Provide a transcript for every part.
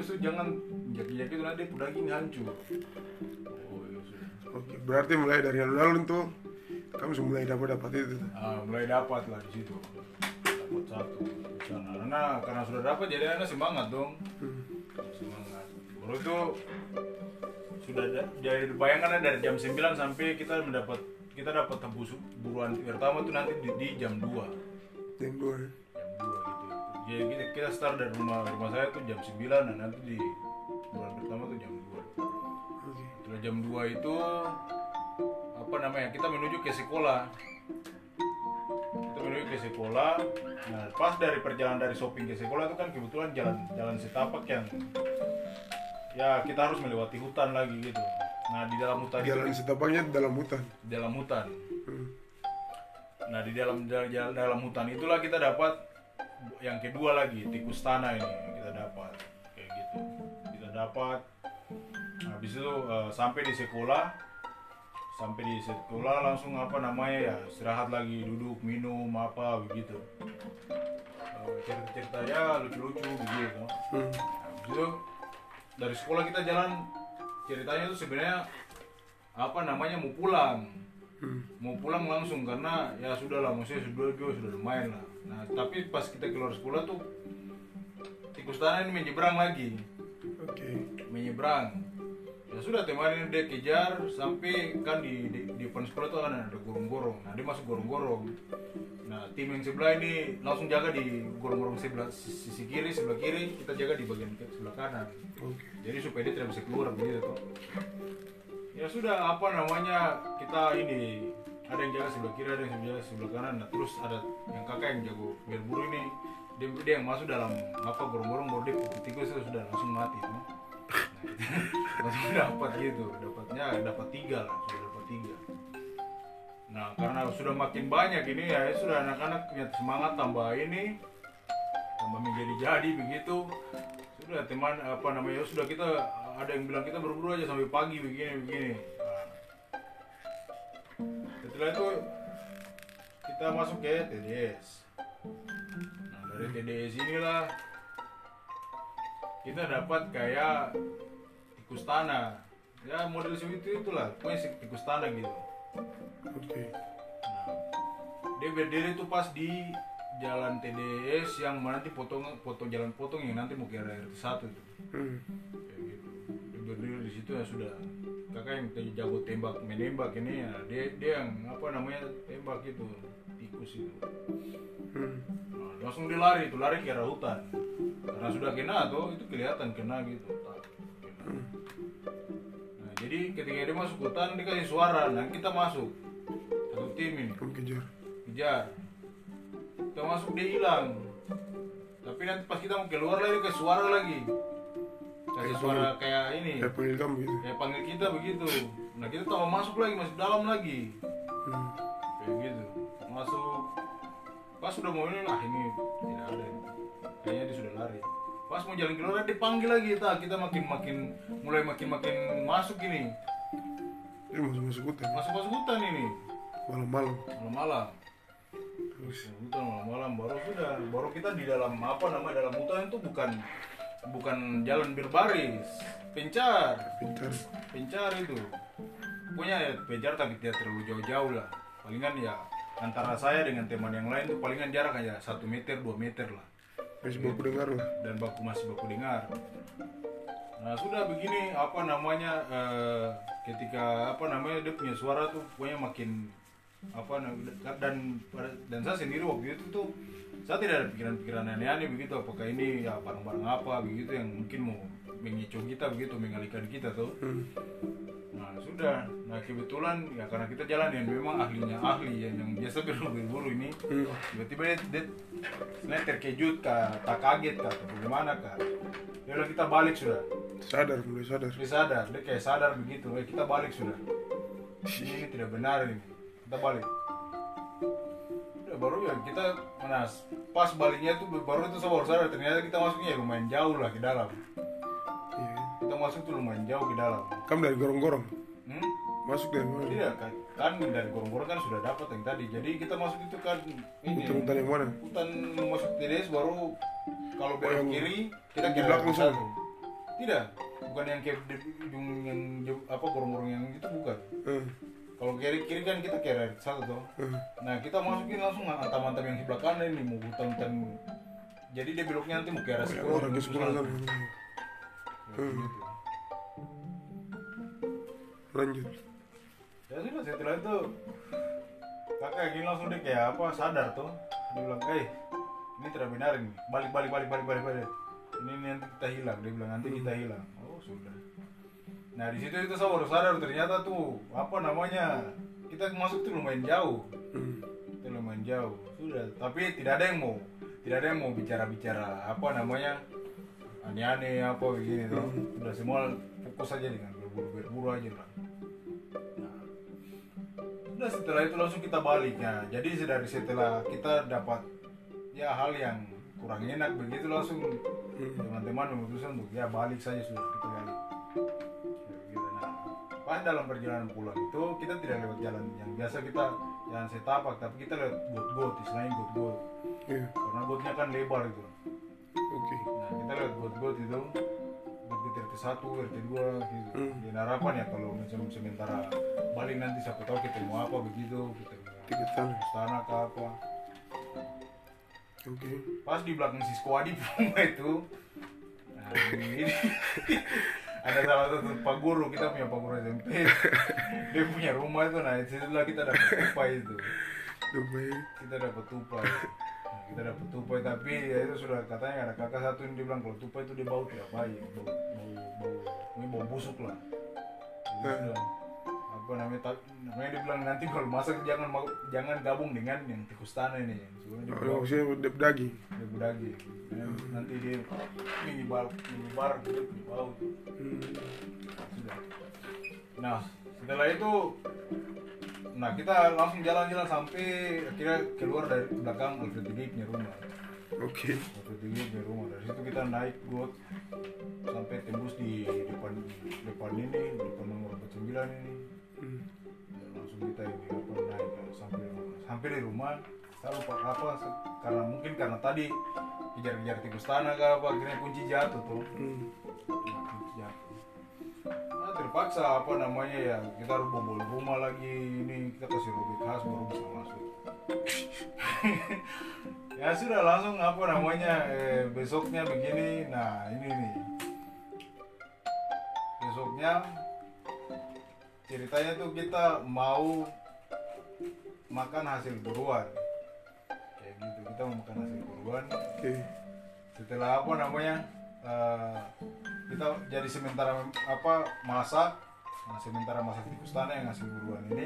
tikus tuh jangan injak-injak itu, nanti daging hancur. Oh ya sudah. Oke, berarti mulai dari alun-alun tuh kamu sudah mulai dapat itu. Mulai dapat lah di situ. Dapat satu di sana. Karena sudah dapat jadi anak semangat dong. Semangat. Baru itu sudah jadi bayangannya dari jam 9 sampai kita dapat tembus buruan pertama tuh nanti di jam 2. Jam 2 ya. Jam 2 gitu. Jadi kita start dari rumah saya tuh jam 9 dan nanti di bulan pertama tuh jam 2. Oke. Setelah jam 2 itu kita menuju ke sekolah. Nah, pas dari perjalanan dari shopping ke sekolah itu kan kebetulan jalan setapak yang ya kita harus melewati hutan lagi gitu. Nah, di dalam hutan Jalan setapaknya dalam hutan. Dalam hutan. Nah, di dalam hutan itulah kita dapat yang kedua lagi, tikus tanah ini yang kita dapat. Kayak gitu. Kita dapat. Habis itu sampai di sekolah langsung ya istirahat lagi, duduk, minum apa begitu. Cerita-ceritanya lucu-lucu begitu. Habis itu dari sekolah kita jalan, ceritanya itu sebenarnya mau pulang. Mau pulang langsung karena ya sudah lah, maksudnya sudah lumayan lah. Nah, tapi pas kita keluar sekolah tuh tikus tanah ini menyeberang lagi. Oke. Menyeberang. Ya sudah, teman ini dia kejar sampai kan di depan sekolah tuh kan ada gorong-gorong. Nah, dia masuk gorong-gorong. Nah, tim yang sebelah ini langsung jaga di gorong-gorong sebelah kiri, kita jaga di bagian sebelah kanan. Jadi supaya dia tidak bisa keluar begitu tuh. Ya sudah, kita ini ada yang jaga sebelah kiri, ada yang jaga sebelah kanan. Nah, terus ada yang kakak yang jago berburu ini, dia yang masuk dalam gorong-gorong, baru dia tikus itu sudah langsung mati tuh. Nah, langsung dapat gitu, dapat 3 lah, sudah dapat 3. Nah, karena sudah makin banyak ini ya sudah anak-anak punya semangat tambah menjadi begitu. Sudah teman sudah kita ada yang bilang kita berburu aja sampai pagi begini. Nah, setelah itu kita masuk ke TDS. Nah, dari TDS inilah kita dapat kayak tikus tanah. Ya model seperti itulah, pokoknya tikus tanah gitu. Oke. Nah, dia berdiri tuh pas di jalan TDS yang nanti potong jalan potong yang nanti mau ke RT 1 tuh. Kayak gitu. Dia berdiri di situ ya sudah. Kakak yang jago menembak ini ya, dia yang tembak itu tikus itu. Nah, langsung dia lari ke arah hutan. Karena sudah kena tuh, itu kelihatan kena gitu. Nah, jadi ketika dia masuk hutan dia kasih suara, nah kita masuk satu tim ini kejar. Kita masuk dia hilang. Tapi nanti pas kita mau keluar lagi dia kasih suara lagi. Kasih suara kayak ini. Kayak panggil kamu gitu. Kayak panggil kita begitu. Nah, kita tambah masuk dalam lagi. Kayak gitu. Masuk. Pas sudah mau ini tidak ada. Kayaknya dia sudah lari. Pas mau jalan keluar dia panggil lagi, kita mulai makin masuk ini. Masuk hutan. Masuk hutan ini. Malam-malam. Terus hutan malam-malam baru kita di dalam dalam hutan itu bukan jalan berbaris, pencar itu. Pokoknya ya pencar tapi tidak terlalu jauh-jauh lah. Palingan ya antara saya dengan teman yang lain tuh palingan jarak aja 1 meter 2 meter lah. Masih baku dengar lah. Dan masih baku dengar. Nah, sudah begini ketika dia punya suara tuh pokoknya makin dan saya sendiri waktu itu tuh saya tidak ada pikiran-pikiran aneh-aneh begitu, apakah ini ya barang-barang apa begitu yang mungkin mau mengecoh kita begitu, mengalihkan kita tuh. Nah, sudah. Nah, kebetulan ya karena kita jalan yang memang ahli yang biasa berburu ini, tiba-tiba dia sebenarnya terkejut tak kaget atau bagaimana dia bilang kita balik sudah. Mulai sadar. Dia kayak sadar begitu, kita balik sudah. Ini tidak benar ini. Kita balik. Udah baru ya kita pas baliknya tuh baru itu saya baru sadar ternyata kita masuknya lumayan jauh lah ke dalam. Iya. Kita masuk tuh lumayan jauh ke dalam. Kamu dari gorong-gorong? Masuk dari mana? Tidak, kan dari gorong-gorong kan sudah dapat yang tadi. Jadi kita masuk itu kan ini. Hutan yang mana? Hutan masuk TDS baru kalau belok kiri kita di belakang sana. Tidak, bukan yang kayak di ujung yang apa gorong-gorong yang itu bukan. Kalau kiri kan kita kira satu tuh. Nah kita masukin langsung antam-antam yang sebelah kanan ini mau hutan-hutan. Jadi dia beloknya nanti mau ke arah sekolah. Orang ke sekolah kan. Gitu. Lanjut. Ya sudah setelah itu kakak gini langsung dia kayak apa sadar tuh. Dia bilang, ini tidak benar ini. Balik. Ini nanti kita hilang. Dia bilang nanti kita hilang. Oh sudah. Nah di situ itu saya baru sadar ternyata tuh apa namanya kita masuk tuh lumayan jauh. Itu lumayan jauh. Sudah. Tapi tidak ada yang mau bicara apa namanya aneh-aneh apa begini tuh. Sudah semua fokus aja dengan berburu aja lah. Nah, sudah setelah itu langsung kita balik ya. Jadi setelah kita dapat ya hal yang kurang enak begitu langsung teman-teman memutuskan untuk ya balik saja sudah kita balik. Pas dalam perjalanan pulang itu kita tidak lewat jalan yang biasa kita jalan setapak tapi kita lewat got-got, istilahnya got-got. Karena gotnya kan lebar itu. Nah kita lewat got-got itu, got RT 1, RT 2 gitu. Dan harapan ya kalau misalnya sementara balik nanti siapa tahu ketemu apa begitu, ketemu istana ke apa. Pas di belakang si Squadi rumah itu, nah ini ada salah satu pak guru, kita punya pak guru SMP. Dia punya rumah itu, nah disitulah kita dapat tupai itu. Kita dapat tupai. Nah, kita dapat tupai tapi ya itu sudah katanya ada kakak satu yang dia bilang kalau tupai itu dia bau tidak baik, bau busuk lah. Jadi sudah apa namanya dia bilang nanti kalau masak jangan gabung dengan yang tikus tanah ini. Maksudnya daging. Nanti dia menyebar dia punya bau. Sudah. Nah setelah itu, nah kita langsung jalan-jalan sampai akhirnya keluar dari belakang Alfred punya rumah. Alfred punya rumah. Dari situ kita naik got sampai tembus di depan nomor 49 ini. Dan langsung kita ini naik sampai di rumah. Saya lupa apa karena tadi kejar-kejar tikus tanah ke apa akhirnya kunci jatuh tuh. Kunci jatuh. Nah terpaksa apa namanya ya kita harus bobol rumah lagi ini kita kasih robek khas baru bisa masuk. Ya sudah langsung apa namanya besoknya begini. Nah ini nih besoknya ceritanya tuh kita mau makan hasil buruan. Gitu kita mau makan hasil buruan. Setelah apa namanya kita jadi sementara apa masak tikus tanah yang hasil buruan ini.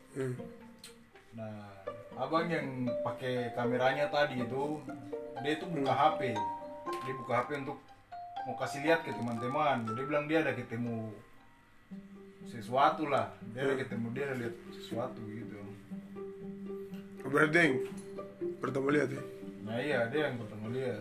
Nah abang yang pakai kameranya tadi itu dia tuh buka HP untuk mau kasih lihat ke teman-teman. Dia bilang dia ada ketemu sesuatu lah, dia ada lihat sesuatu gitu. Berarti yang pertama lihat ya? Nah iya, dia yang pertama lihat.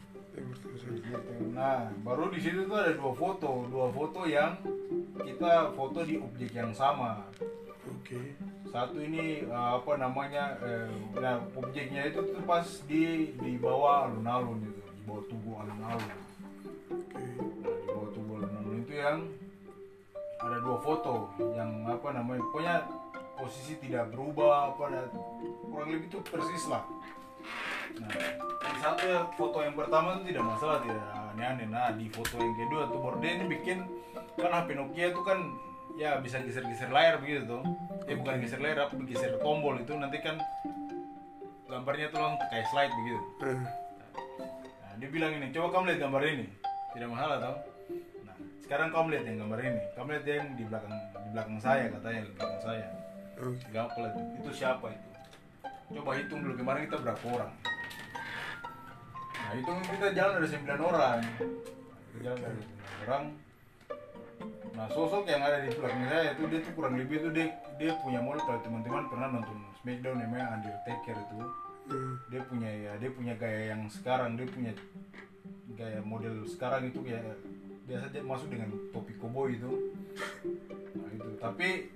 Nah, baru di situ tuh ada dua foto yang kita foto di objek yang sama. Satu ini apa namanya, nah objeknya itu tuh pas di bawah alun-alun itu, di bawah tubuh alun-alun. Nah, di bawah tubuh alun-alun itu yang ada dua foto yang apa namanya, pokoknya posisi tidak berubah kurang lebih itu persis lah. Nah, di satu foto yang pertama itu tidak masalah, tidak aneh-aneh. Nah, di foto yang kedua tuh baru dia ini bikin kan HP Nokia itu kan ya bisa geser-geser layar begitu tuh. Bukan geser layar, apa geser tombol itu nanti kan gambarnya tuh langsung kayak slide begitu. Nah, dia bilang ini, coba kamu lihat gambar ini. Tidak masalah tau. Nah, sekarang kamu lihat yang gambar ini. Kamu lihat yang di belakang saya katanya, di belakang saya. Gampang itu siapa itu? Coba hitung dulu kemarin kita berapa orang. Nah hitung kita jalan ada 9 orang. Kita jalan ada 9 orang. Nah sosok yang ada di belakang saya itu dia tuh kurang lebih itu dia punya model, kalau teman-teman pernah nonton Smackdown namanya Undertaker itu. Dia punya gaya yang sekarang, dia punya gaya model sekarang itu kayak biasa dia masuk dengan topi koboi itu. Nah itu tapi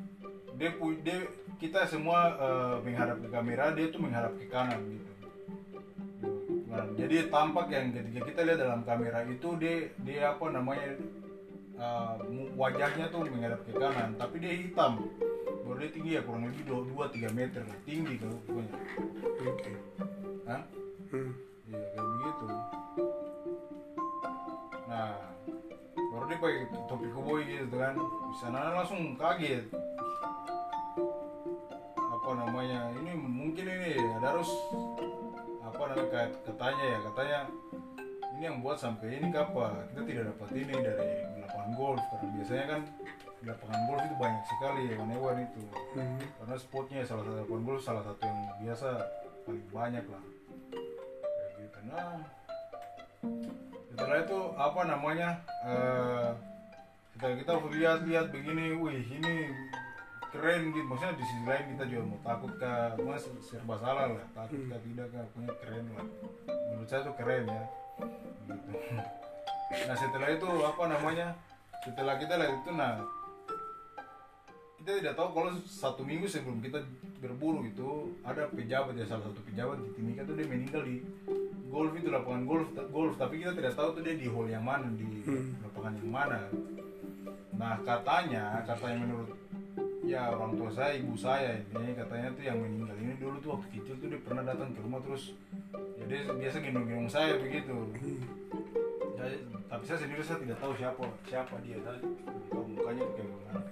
kita semua menghadap ke kamera, dia tuh menghadap ke kanan gitu. Nah, jadi tampak yang ketika kita lihat dalam kamera itu dia apa namanya wajahnya tuh menghadap ke kanan, tapi dia hitam. Baru dia tinggi ya kurang lebih 2-3 meter tinggi kalau pokoknya. Oke. Hah? Iya kayak begitu. Nah, baru dia pakai topi koboi gitu kan. Bisa langsung kaget. Apa namanya? Ini mungkin ini ada harus apa namanya katanya ini yang buat sampai ini apa? Kita tidak dapat ini dari lapangan golf karena biasanya kan di lapangan golf itu banyak sekali hewan-hewan itu. Karena spotnya salah satu lapangan golf salah satu yang biasa paling banyak lah. Kayak gitu. Nah, setelah itu apa namanya setelah kita lihat begini, wih ini keren gitu, maksudnya di sisi lain kita juga mau takut kah, mas serba salah lah, takut kah tidak kah, punya keren lah, menurut saya tuh keren ya gitu. Nah setelah itu apa namanya, setelah kita lihat itu, nah kita tidak tahu kalau 1 minggu sebelum kita berburu itu ada pejabat ya, salah satu pejabat di Timika tuh dia meninggal di golf itu, lapangan golf, tapi kita tidak tahu tuh dia di hole yang mana, di lapangan yang mana. Nah katanya menurut ya orang tua saya, ibu saya ini katanya tuh yang meninggal ini dulu tuh waktu kecil tuh dia pernah datang ke rumah terus ya dia biasa gendong-gendong saya begitu. Tapi saya sendiri saya tidak tahu siapa dia, saya tahu mukanya tuh kayak gimana.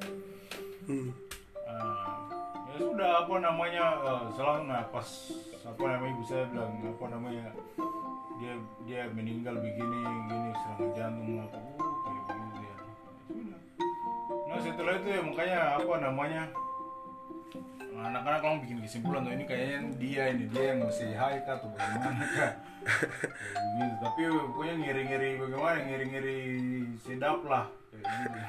Ya sudah apa namanya selama pas apa namanya ibu saya bilang apa namanya dia meninggal begini serangan jantung apa kayak begitu ya. Sudah. Nah setelah itu ya makanya apa namanya anak-anak kamu bikin kesimpulan tuh ini kayaknya dia yang masih high kah atau bagaimana kah gitu. Tapi pokoknya ngiri-ngiri sedap lah kayak gitu.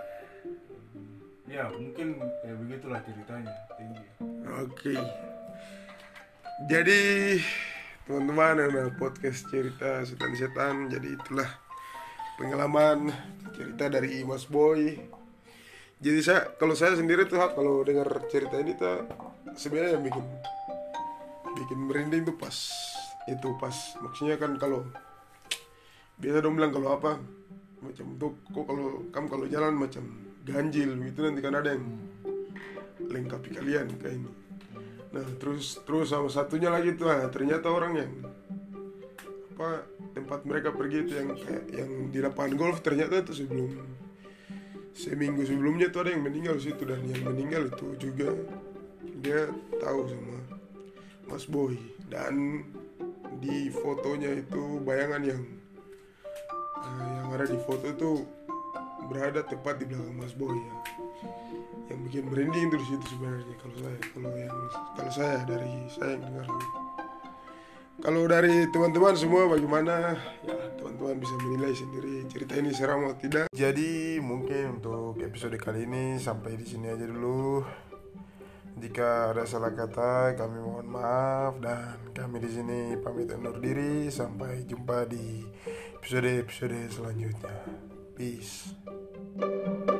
Ya mungkin kayak begitulah ceritanya. Oke. Jadi teman-teman yang podcast cerita setan-setan, jadi itulah pengalaman cerita dari Mas Boy. Jadi kalau saya sendiri tuh kalau dengar cerita ini tuh sebenarnya yang bikin merinding tuh pas maksudnya kan kalau biasa dong bilang kalau apa macam tuh kok kalau jalan macam ganjil gitu, nanti kan ada yang lengkapi kalian kayak ini. Nah terus sama satunya lagi tuh ternyata orang yang apa tempat mereka pergi itu yang di lapangan golf, ternyata itu seminggu sebelumnya tuh ada yang meninggal situ, dan yang meninggal itu juga dia tahu sama Mas Boy, dan di fotonya itu bayangan yang ada di foto itu berada tepat di belakang Mas Boy ya. Yang bikin merinding itu di situ sebenarnya kalau saya dari saya yang dengar. Kalau dari teman-teman semua bagaimana? Ya teman-teman bisa menilai sendiri cerita ini seram atau tidak. Jadi mungkin untuk episode kali ini sampai di sini aja dulu. Jika ada salah kata kami mohon maaf, dan kami di sini pamit undur diri. Sampai jumpa di episode selanjutnya. Peace.